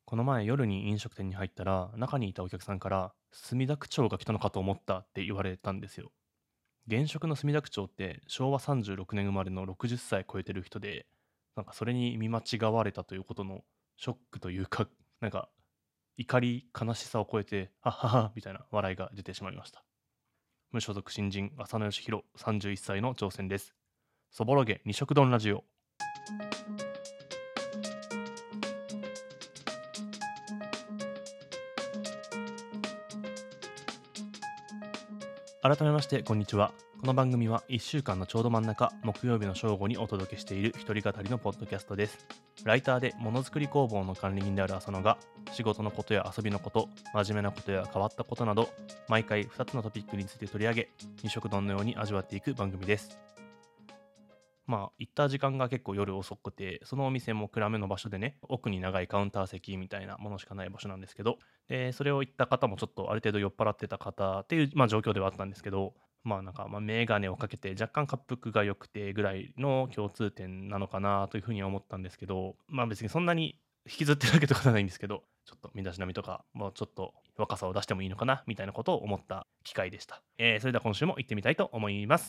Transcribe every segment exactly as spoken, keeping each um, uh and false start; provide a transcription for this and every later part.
この前夜に飲食店に入ったら、中にいたお客さんから、墨田区長が来たのかと思ったって言われたんですよ。現職の墨田区長って昭和さんじゅうろくねん生まれのろくじゅっさい超えてる人で、なんかそれに見間違われたということのショックというか、なんか怒り、悲しさを超えて、はっはっはみたいな笑いが出てしまいました。無所属新人、浅野義弘、さんじゅういっさいの挑戦です。そぼろげ二色丼ラジオ。改めましてこんにちは。この番組はいっしゅうかんのちょうど真ん中、木曜日の正午にお届けしている一人語りのポッドキャストです。ライターでものづくり工房の管理人である浅野が、仕事のことや遊びのこと、真面目なことや変わったことなど、毎回ふたつのトピックについて取り上げ、二色丼のように味わっていく番組です。まあ、行った時間が結構夜遅くて、そのお店も暗めの場所でね、奥に長いカウンター席みたいなものしかない場所なんですけど、で、それを行った方もちょっとある程度酔っ払ってた方っていう、まあ、状況ではあったんですけど、まあなんか、まあ、メガネをかけて若干滑腹が良くてぐらいの共通点なのかなというふうには思ったんですけど、まあ別にそんなに引きずってるわけとかじゃないんですけど、ちょっと身だしなみとか、もうちょっと若さを出してもいいのかなみたいなことを思った機会でした。えー、それでは今週も行ってみたいと思います。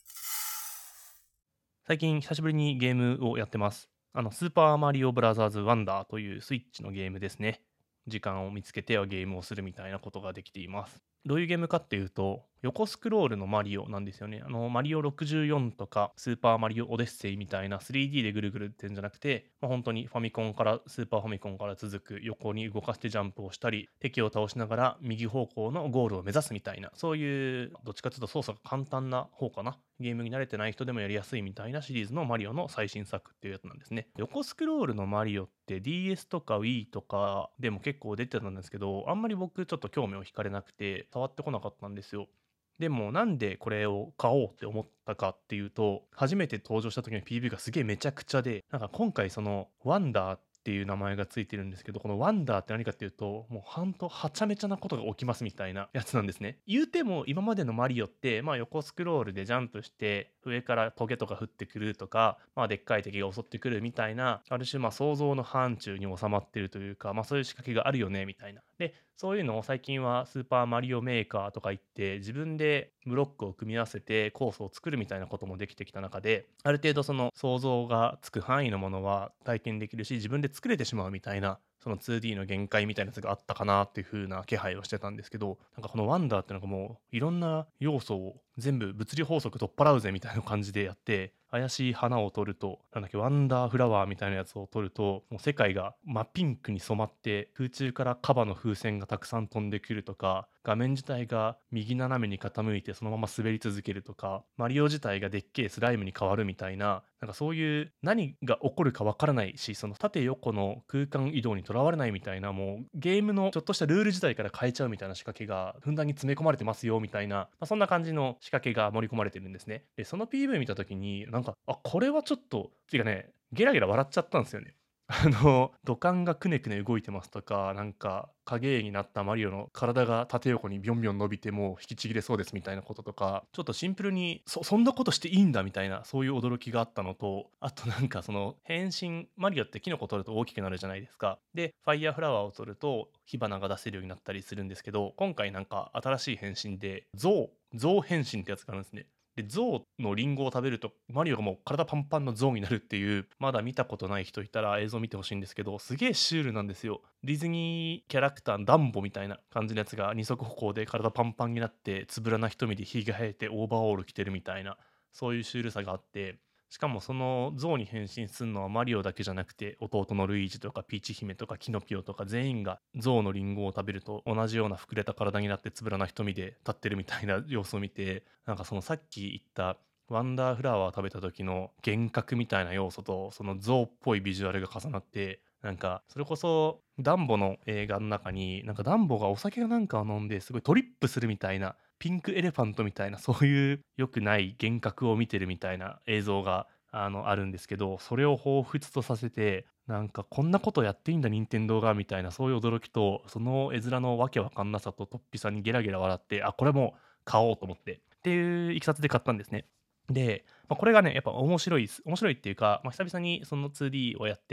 最近久しぶりにゲームをやってます。あの、スーパーマリオブラザーズワンダーというスイッチのゲームですね。時間を見つけてはゲームをするみたいなことができています。どういうゲームかっていうと、横スクロールのマリオなんですよね。あの、マリオろくじゅうよんとか、スーパーマリオオデッセイみたいな スリーディー でぐるぐるってんじゃなくて、まあ、本当にファミコンから、スーパーファミコンから続く横に動かしてジャンプをしたり、敵を倒しながら右方向のゴールを目指すみたいな、そういう、どっちかというと操作が簡単な方かな。ゲームに慣れてない人でもやりやすいみたいなシリーズのマリオの最新作っていうやつなんですね。横スクロールのマリオって ディーエス とか Wii とかでも結構出てたんですけど、あんまり僕ちょっと興味を惹かれなくて、触ってこなかったんですよ。でもなんでこれを買おうって思ったかっていうと、初めて登場した時の ピーブイ がすげえめちゃくちゃで、なんか今回そのワンダーっていう名前がついてるんですけど、このワンダーって何かっていうと、もうほんとはちゃめちゃなことが起きますみたいなやつなんですね。言うても今までのマリオって、まあ横スクロールでジャンプして上からトゲとか降ってくるとか、まあでっかい敵が襲ってくるみたいな、ある種まあ想像の範疇に収まってるというか、まあそういう仕掛けがあるよねみたいな。で、そういうのを最近はスーパーマリオメーカーとか言って自分でブロックを組み合わせてコースを作るみたいなこともできてきた中で、ある程度その想像がつく範囲のものは体験できるし、自分で作れてしまうみたいな、その ツーディー の限界みたいなやつがあったかなっていう風な気配をしてたんですけど、なんかこのワンダーってのがもういろんな要素を全部物理法則取っ払うぜみたいな感じでやって、怪しい花を取ると、なんだっけ、ワンダーフラワーみたいなやつを取ると、もう世界が真っピンクに染まって、空中からカバの風船がたくさん飛んでくるとか、画面自体が右斜めに傾いてそのまま滑り続けるとか、マリオ自体がでっけえスライムに変わるみたいな、なんかそういう何が起こるかわからないし、その縦横の空間移動にとらわれないみたいな、もうゲームのちょっとしたルール自体から変えちゃうみたいな仕掛けがふんだんに詰め込まれてますよみたいな、まあ、そんな感じの仕掛けが盛り込まれてるんですね。で、その ピーブイ 見た時に、なんか、あ、これはちょっと、っていうかね、ゲラゲラ笑っちゃったんですよね。あの、土管がくねくね動いてますとか、なんか影絵になったマリオの体が縦横にビョンビョン伸びてもう引きちぎれそうですみたいなこととか、ちょっとシンプルに、そそんなことしていいんだみたいな、そういう驚きがあったのと、あとなんかその変身、マリオってキノコ取ると大きくなるじゃないですか。で、ファイヤーフラワーを取ると火花が出せるようになったりするんですけど、今回なんか新しい変身で、ゾウ、ゾウ変身ってやつがあるんですね。で、象のリンゴを食べると、マリオがもう体パンパンの象になるっていう、まだ見たことない人いたら映像見てほしいんですけど、すげえシュールなんですよ。ディズニーキャラクター、ダンボみたいな感じのやつが二足歩行で体パンパンになって、つぶらな瞳でひげ生えてオーバーオール着てるみたいな、そういうシュールさがあって、しかもその象に変身するのはマリオだけじゃなくて、弟のルイージとかピーチ姫とかキノピオとか全員が象のリンゴを食べると同じような膨れた体になってつぶらな瞳で立ってるみたいな様子を見て、なんかそのさっき言ったワンダーフラワーを食べた時の幻覚みたいな要素とその象っぽいビジュアルが重なって、なんかそれこそダンボの映画の中になんかダンボがお酒かなんかを飲んですごいトリップするみたいな、ピンクエレファントみたいな、そういう良くない幻覚を見てるみたいな映像があのあるんですけど、それを彷彿とさせて、なんかこんなことやっていいんだ任天堂がみたいな、そういう驚きとその絵面のわけわかんなさと突飛さにゲラゲラ笑って、あ、これもう買おうと思ってっていういきさつで買ったんですね。で、まあ、これがね、やっぱ面白いです。面白いっていうか、まあ、久々にその ツーディー をやって、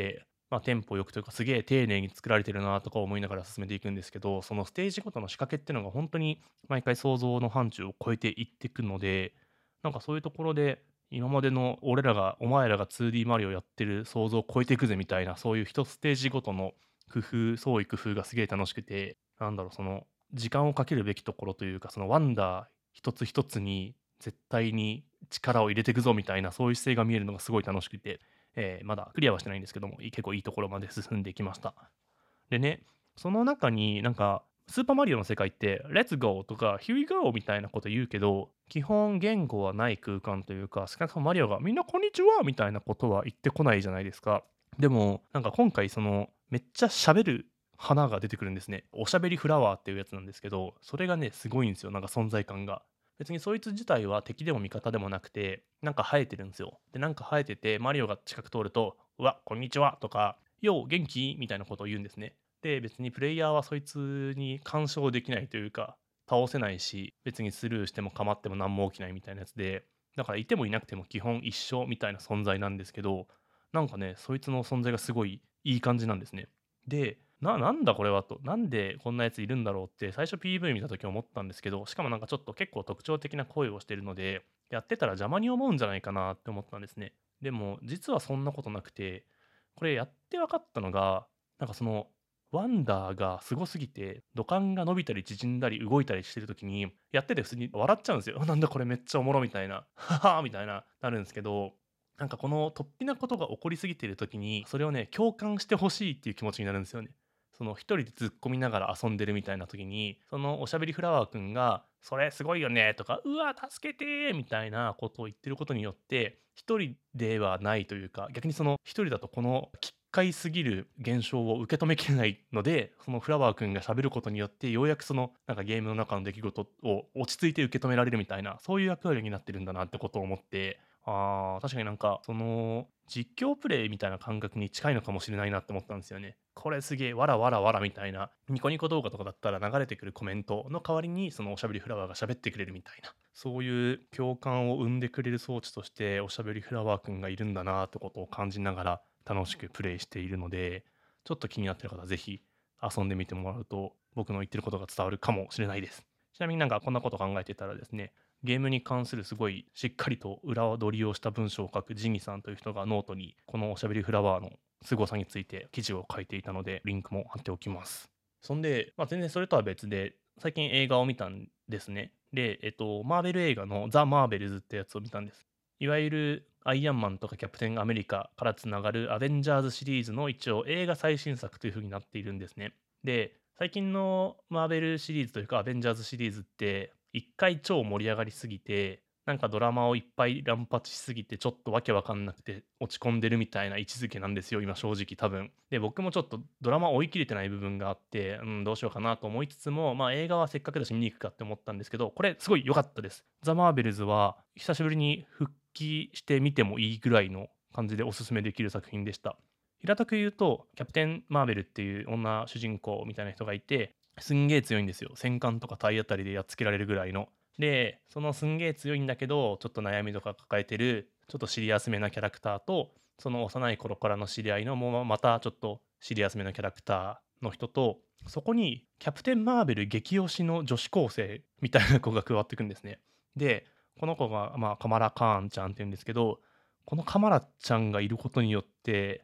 まあ、テンポよくというか、すげえ丁寧に作られてるなとか思いながら進めていくんですけど、そのステージごとの仕掛けっていうのが本当に毎回想像の範疇を超えていっていくので、なんかそういうところで、今までの俺らがお前らが ツーディー マリオやってる想像を超えていくぜみたいな、そういう一ステージごとの工夫創意工夫がすげえ楽しくて、なんだろう、その時間をかけるべきところというか、そのワンダー一つ一つに絶対に力を入れていくぞみたいな、そういう姿勢が見えるのがすごい楽しくて、えーまだクリアはしてないんですけども、い結構いいところまで進んできました。でね、その中になんか、スーパーマリオの世界って、レッツゴーとか、ヒュー ゴーみたいなこと言うけど、基本言語はない空間というか、少なくともマリオがみんなこんにちはみたいなことは言ってこないじゃないですか。でも、なんか今回その、めっちゃ喋る花が出てくるんですね。おしゃべりフラワーっていうやつなんですけど、それがね、すごいんですよ。なんか存在感が。別にそいつ自体は敵でも味方でもなくて、なんか生えてるんですよ。で、なんか生えてて、マリオが近く通ると、うわ、こんにちはとか、よう、元気みたいなことを言うんですね。で、別にプレイヤーはそいつに干渉できないというか、倒せないし、別にスルーしても構っても何も起きないみたいなやつで、だからいてもいなくても基本一緒みたいな存在なんですけど、なんかね、そいつの存在がすごいいい感じなんですね。で、ななんだこれはと、なんでこんなやついるんだろうって最初 ピーブイ 見た時思ったんですけど、しかもなんかちょっと結構特徴的な声をしてるので、やってたら邪魔に思うんじゃないかなって思ったんですね。でも実はそんなことなくて、これやって分かったのが、なんかそのワンダーがすごすぎて、土管が伸びたり縮んだり動いたりしてる時に、やってて普通に笑っちゃうんですよ。なんだこれめっちゃおもろみたいな、ははみたいな、なるんですけど、なんかこの突飛なことが起こりすぎている時に、それをね、共感してほしいっていう気持ちになるんですよね。その一人で突っ込みながら遊んでるみたいな時に、そのおしゃべりフラワーくんが、それすごいよねとか、うわ、助けてみたいなことを言ってることによって、一人ではないというか、逆にその一人だとこの奇怪すぎる現象を受け止めきれないので、そのフラワーくんが喋ることによって、ようやくそのなんかゲームの中の出来事を落ち着いて受け止められるみたいな、そういう役割になってるんだなってことを思って、ああ、確かになんか、その、実況プレイみたいな感覚に近いのかもしれないなって思ったんですよね。これすげえ、わらわらわらみたいな、ニコニコ動画とかだったら流れてくるコメントの代わりに、そのおしゃべりフラワーが喋ってくれるみたいな、そういう共感を生んでくれる装置として、おしゃべりフラワーくんがいるんだなってことを感じながら楽しくプレイしているので、ちょっと気になってる方はぜひ遊んでみてもらうと、僕の言ってることが伝わるかもしれないです。ちなみになんかこんなこと考えてたらですね、ゲームに関するすごいしっかりと裏取りをした文章を書くジニさんという人がノートにこのおしゃべりフラワーの凄さについて記事を書いていたのでリンクも貼っておきます。そんで、まあ、全然それとは別で最近映画を見たんですね。で、えっと、マーベル映画のザ・マーベルズってやつを見たんです。いわゆるアイアンマンとかキャプテンアメリカからつながるアベンジャーズシリーズの一応映画最新作という風になっているんですね。で、最近のマーベルシリーズというかアベンジャーズシリーズって一回超盛り上がりすぎて、なんかドラマをいっぱい乱発しすぎてちょっとわけわかんなくて落ち込んでるみたいな位置づけなんですよ、今正直多分。で、僕もちょっとドラマ追い切れてない部分があって、うん、どうしようかなと思いつつも、まあ映画はせっかくだし見に行くかって思ったんですけど、これすごい良かったです。ザ・マーベルズは久しぶりに復帰してみてもいいぐらいの感じでおすすめできる作品でした。平たく言うと、キャプテン・マーベルっていう女主人公みたいな人がいて、すんげえ強いんですよ。戦艦とか体当たりでやっつけられるぐらいの。で、そのすんげえ強いんだけど、ちょっと悩みとか抱えてる、ちょっとシリアスめなキャラクターと、その幼い頃からの知り合いの、もうまたちょっとシリアスめなキャラクターの人と、そこにキャプテン・マーベル激推しの女子高生みたいな子が加わってくんですね。で、この子が、まあ、カマラ・カーンちゃんって言うんですけど、このカマラちゃんがいることによって、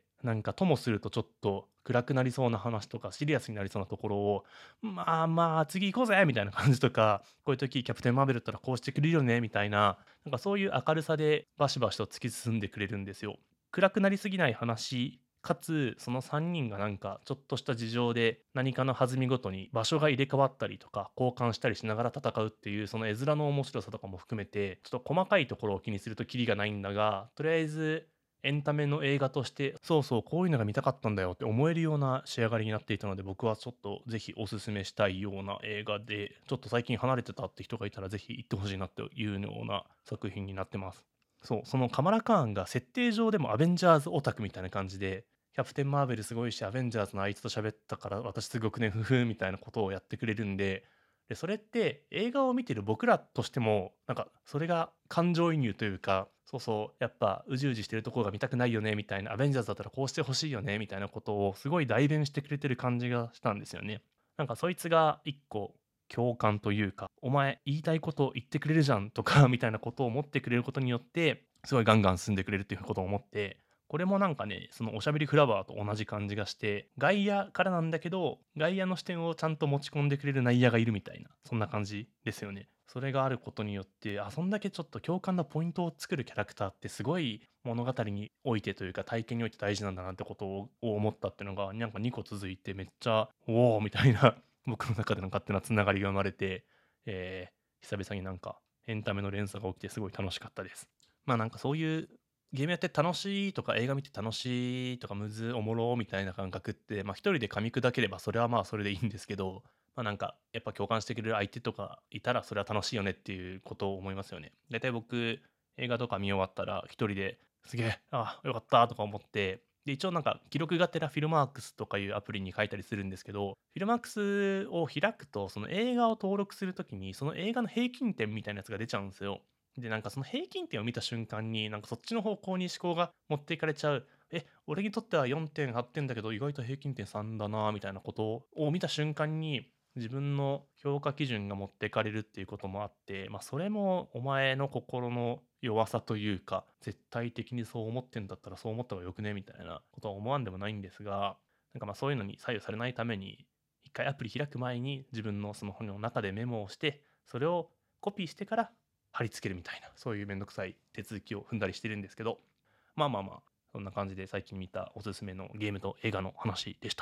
なんかともするとちょっと暗くなりそうな話とかシリアスになりそうなところを、まあまあ次行こうぜみたいな感じとか、こういう時キャプテンマーベルだったらこうしてくれるよねみたいな、なんかそういう明るさでバシバシと突き進んでくれるんですよ。暗くなりすぎない話かつ、そのさんにんがなんかちょっとした事情で何かの弾みごとに場所が入れ替わったりとか交換したりしながら戦うっていうその絵面の面白さとかも含めて、ちょっと細かいところを気にするとキリがないんだが、とりあえずエンタメの映画として、そうそう、こういうのが見たかったんだよって思えるような仕上がりになっていたので、僕はちょっとぜひおすすめしたいような映画で、ちょっと最近離れてたって人がいたらぜひ行ってほしいなっていうような作品になってます。そう、そのカマラ・カーンが設定上でもアベンジャーズオタクみたいな感じで、キャプテン・マーベルすごいし、アベンジャーズのあいつと喋ったから私すごくね、ふふみたいなことをやってくれるんで、 で、それって映画を見てる僕らとしても、なんかそれが感情移入というか、そうそう、やっぱうじうじしてるところが見たくないよねみたいな、アベンジャーズだったらこうしてほしいよねみたいなことをすごい代弁してくれてる感じがしたんですよね。なんかそいつが一個共感というか、お前言いたいこと言ってくれるじゃんとかみたいなことを思ってくれることによって、すごいガンガン進んでくれるっていうことを思って、これもなんかね、そのおしゃべりフラワーと同じ感じがして、外野からなんだけど、外野の視点をちゃんと持ち込んでくれる内野がいるみたいな、そんな感じですよね。それがあることによって、あ、そんだけちょっと共感のポイントを作るキャラクターってすごい物語においてというか体験において大事なんだなってことを思ったっていうのがなんかにこ続いてめっちゃ、おおみたいな僕の中での勝手なつながりが生まれて、えー久々になんかエンタメの連鎖が起きてすごい楽しかったです。まあなんかそういうゲームやって楽しいとか映画見て楽しいとかむずおもろみたいな感覚って、まあ一人で噛み砕ければそれはまあそれでいいんですけど、まあなんかやっぱ共感してくれる相手とかいたらそれは楽しいよねっていうことを思いますよね。大体僕映画とか見終わったら一人ですげえ、あ、よかったとか思って、で一応なんか記録がてらフィルマークスとかいうアプリに書いたりするんですけど、フィルマークスを開くとその映画を登録するときにその映画の平均点みたいなやつが出ちゃうんですよ。で、なんかその平均点を見た瞬間に、なんかそっちの方向に思考が持っていかれちゃう。え、俺にとってはよんてんはちてんだけど、意外と平均点さんだな、みたいなことを見た瞬間に、自分の評価基準が持っていかれるっていうこともあって、まあそれもお前の心の弱さというか、絶対的にそう思ってんだったらそう思った方がよくねみたいなことは思わんでもないんですが、なんかまあそういうのに左右されないために、一回アプリ開く前に自分のスマホの中でメモをして、それをコピーしてから貼り付けるみたいな、そういうめんどくさい手続きを踏んだりしてるんですけど、まあまあまあ、そんな感じで最近見たおすすめのゲームと映画の話でした。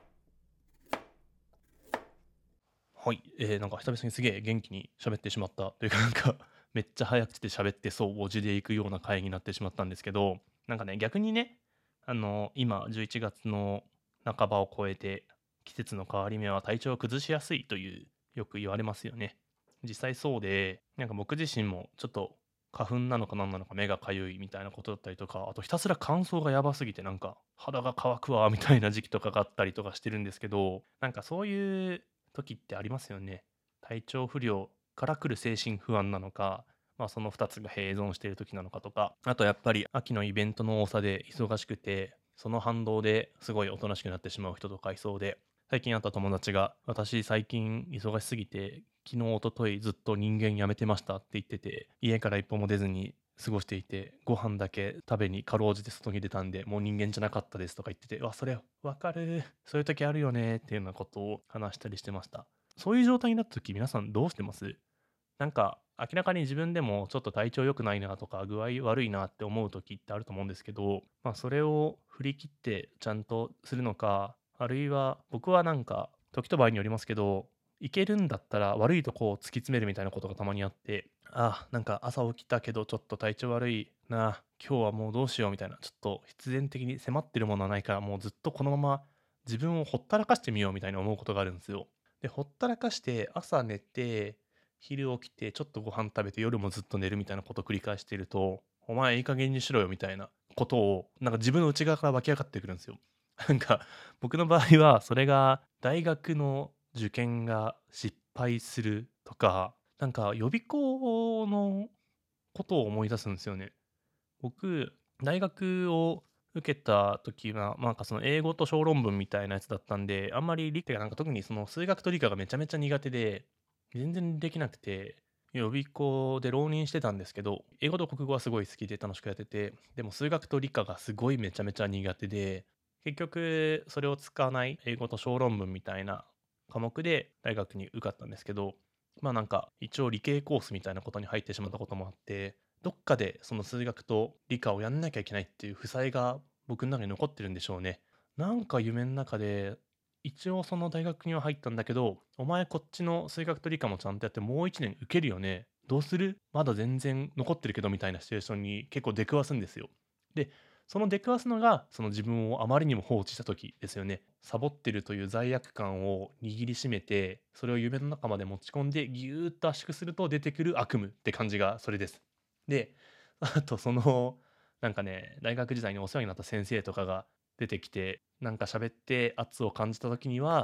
はい、えー、なんか久々にすげえ元気に喋ってしまったというか、なんかめっちゃ早口で喋ってそうおじでいくような回になってしまったんですけど、なんかね、逆にね、あの、今じゅういちがつの半ばを超えて、季節の変わり目は体調を崩しやすいという、よく言われますよね。実際そうで、なんか僕自身もちょっと花粉なのか何なのか目がかゆいみたいなことだったりとか、あとひたすら乾燥がやばすぎてなんか肌が乾くわみたいな時期とかがあったりとかしてるんですけど、なんかそういう時ってありますよね。体調不良から来る精神不安なのか、まあ、そのふたつが併存している時なのかとか、あとやっぱり秋のイベントの多さで忙しくて、その反動ですごいおとなしくなってしまう人とかいそうで、最近会った友達が、私最近忙しすぎて、昨日、一昨日ずっと人間やめてましたって言ってて、家から一歩も出ずに過ごしていて、ご飯だけ食べにかろうじて外に出たんで、もう人間じゃなかったですとか言ってて、うわ、それわかる。そういう時あるよねっていうようなことを話したりしてました。そういう状態になった時、皆さんどうしてます？なんか、明らかに自分でもちょっと体調良くないなとか、具合悪いなって思う時ってあると思うんですけど、まあ、それを振り切ってちゃんとするのか、あるいは僕はなんか、時と場合によりますけど、いけるんだったら悪いとこを突き詰めるみたいなことがたまにあって、あ、なんか朝起きたけどちょっと体調悪いな、今日はもうどうしようみたいな、ちょっと必然的に迫ってるものはないから、もうずっとこのまま自分をほったらかしてみようみたいな思うことがあるんですよ。で、ほったらかして朝寝て、昼起きてちょっとご飯食べて夜もずっと寝るみたいなことを繰り返していると、お前いい加減にしろよみたいなことを、なんか自分の内側から湧き上がってくるんですよ。なんか僕の場合はそれが大学の受験が失敗するとか、なんか予備校のことを思い出すんですよね。僕、大学を受けた時は、ま、なんかその英語と小論文みたいなやつだったんで、あんまり理科がなんか特にその数学と理科がめちゃめちゃ苦手で、全然できなくて、予備校で浪人してたんですけど、英語と国語はすごい好きで楽しくやってて、でも数学と理科がすごいめちゃめちゃ苦手で、結局それを使わない英語と小論文みたいな科目で大学に受かったんですけど、まあなんか一応理系コースみたいなことに入ってしまったこともあって、どっかでその数学と理科をやんなきゃいけないっていう負債が僕の中に残ってるんでしょうね。なんか夢の中で、一応その大学には入ったんだけど、お前こっちの数学と理科もちゃんとやってもういちねん受けるよね。どうする？まだ全然残ってるけどみたいなシチュエーションに結構出くわすんですよ。で、その出くわすのが、その自分をあまりにも放置した時ですよね。サボってるという罪悪感を握りしめて、それを夢の中まで持ち込んでぎゅーっと圧縮すると出てくる悪夢って感じがそれです。で、あとその、なんかね、大学時代にお世話になった先生とかが出てきて、なんか喋って圧を感じた時には、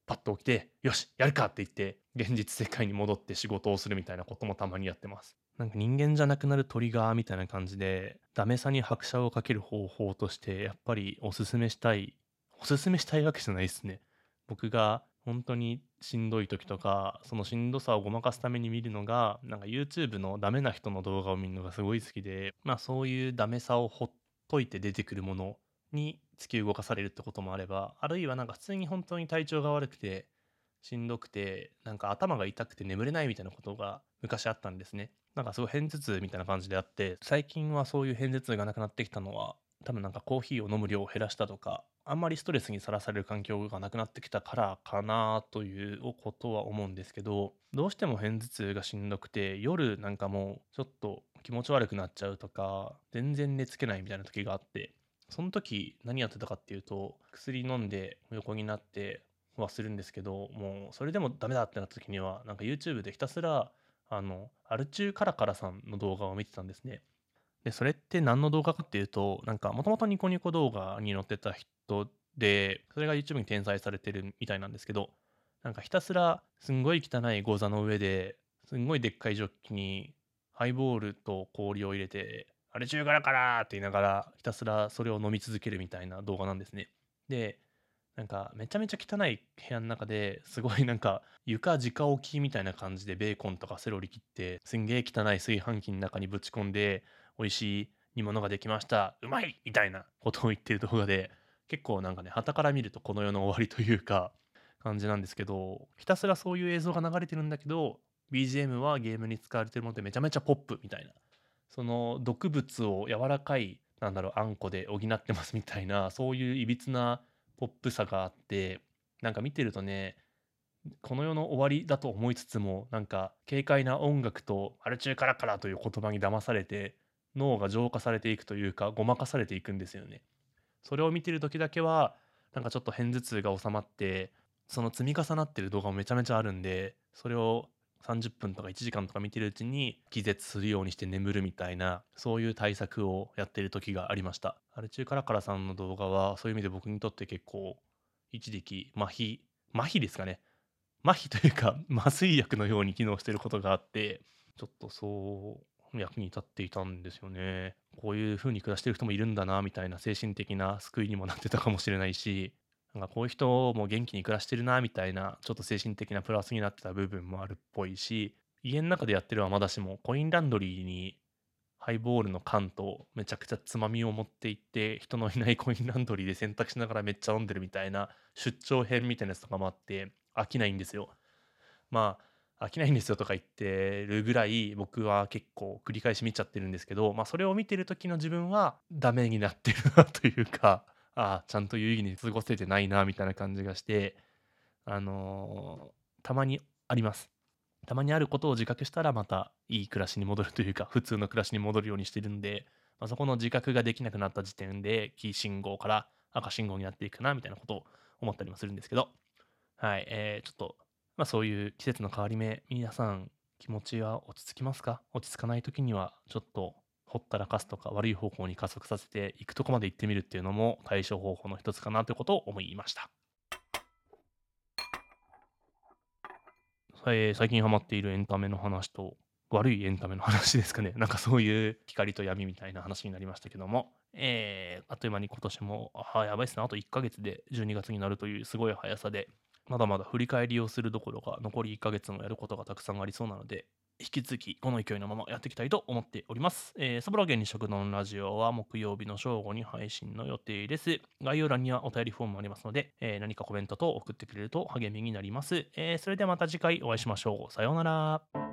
パッと起きて、よし、やるかって言って、現実世界に戻って仕事をするみたいなこともたまにやってます。なんか人間じゃなくなるトリガーみたいな感じで、ダメさに拍車をかける方法として、やっぱりおすすめしたい、おすすめしたいわけじゃないですね。僕が本当にしんどい時とか、そのしんどさをごまかすために見るのが、なんか YouTube のダメな人の動画を見るのがすごい好きで、まあそういうダメさをほっといて出てくるものに突き動かされるってこともあれば、あるいはなんか普通に本当に体調が悪くて、しんどくて、なんか頭が痛くて眠れないみたいなことが昔あったんですね。なんかすごい片頭痛みたいな感じであって、最近はそういう片頭痛がなくなってきたのは、多分なんかコーヒーを飲む量を減らしたとか、あんまりストレスにさらされる環境がなくなってきたからかなということは思うんですけど、どうしても片頭痛がしんどくて、夜なんかもうちょっと気持ち悪くなっちゃうとか、全然寝つけないみたいな時があって、その時何やってたかっていうと、薬飲んで横になってはするんですけど、もうそれでもダメだってなった時には、なんか YouTube でひたすら、あの、アルチューカラカラさんの動画を見てたんですね。で、それって何の動画かっていうと、なんかもともとニコニコ動画に載ってた人で、それが YouTube に転載されてるみたいなんですけど、なんかひたすらすんごい汚いゴザの上で、すんごいでっかいジョッキにハイボールと氷を入れて、あれ中辛からって言いながら、ひたすらそれを飲み続けるみたいな動画なんですね。で、なんかめちゃめちゃ汚い部屋の中ですごいなんか床直置きみたいな感じでベーコンとかセロリ切ってすんげえ汚い炊飯器の中にぶち込んで美味しい煮物ができましたうまいみたいなことを言ってる動画で結構なんかね傍から見るとこの世の終わりというか感じなんですけどひたすらそういう映像が流れてるんだけど ビージーエム はゲームに使われてるものでめちゃめちゃポップみたいなその毒物を柔らかいなんだろうあんこで補ってますみたいなそういういびつなポップさがあって、なんか見てるとね、この世の終わりだと思いつつも、なんか軽快な音楽とアル中からからという言葉に騙されて、脳が浄化されていくというか、ごまかされていくんですよね。それを見てる時だけは、なんかちょっと片頭痛が収まって、その積み重なってる動画もめちゃめちゃあるんで、それをさんじゅっぷんとかいちじかんとか見てるうちに気絶するようにして眠るみたいな、そういう対策をやってる時がありました。アルチューカラカラさんの動画は、そういう意味で僕にとって結構、一時期麻痺、麻痺ですかね。麻痺というか、麻酔薬のように機能してることがあって、ちょっとそう役に立っていたんですよね。こういう風に暮らしてる人もいるんだなみたいな精神的な救いにもなってたかもしれないし、なんかこういう人も元気に暮らしてるなみたいな、ちょっと精神的なプラスになってた部分もあるっぽいし、家の中でやってるはまだしも、コインランドリーにハイボールの缶とめちゃくちゃつまみを持って行って、人のいないコインランドリーで洗濯しながらめっちゃ飲んでるみたいな出張編みたいなやつとかもあって、飽きないんですよ。まあ、飽きないんですよとか言ってるぐらい、僕は結構繰り返し見ちゃってるんですけど、まあ、それを見てる時の自分はダメになってるなというか、ああ、ちゃんと有意義に過ごせてないなみたいな感じがして、あの、たまにあります。たまにあることを自覚したら、またいい暮らしに戻るというか、普通の暮らしに戻るようにしてるんで、まあ、そこの自覚ができなくなった時点で、黄信号から赤信号になっていくなみたいなことを思ったりもするんですけど、はい、えー、ちょっと、まあ、そういう季節の変わり目、皆さん気持ちは落ち着きますか？落ち着かない時には、ちょっとほったらかすとか悪い方向に加速させていくとこまで行ってみるっていうのも対処方法の一つかなということを思いました。えー最近ハマっているエンタメの話と、悪いエンタメの話ですかね。なんかそういう光と闇みたいな話になりましたけども、えーあっという間に今年も、あーやばいっすね。あといっかげつでじゅうにがつになるというすごい速さで、まだまだ振り返りをするどころか、残りいっかげつもやることがたくさんありそうなので、引き続きこの勢いのままやっていきたいと思っております。えー、サブラゲンに食堂ラジオは木曜日の正午に配信の予定です。概要欄にはお便りフォームもありますので、えー何かコメント等送ってくれると励みになります。えーそれではまた次回お会いしましょう。さようなら。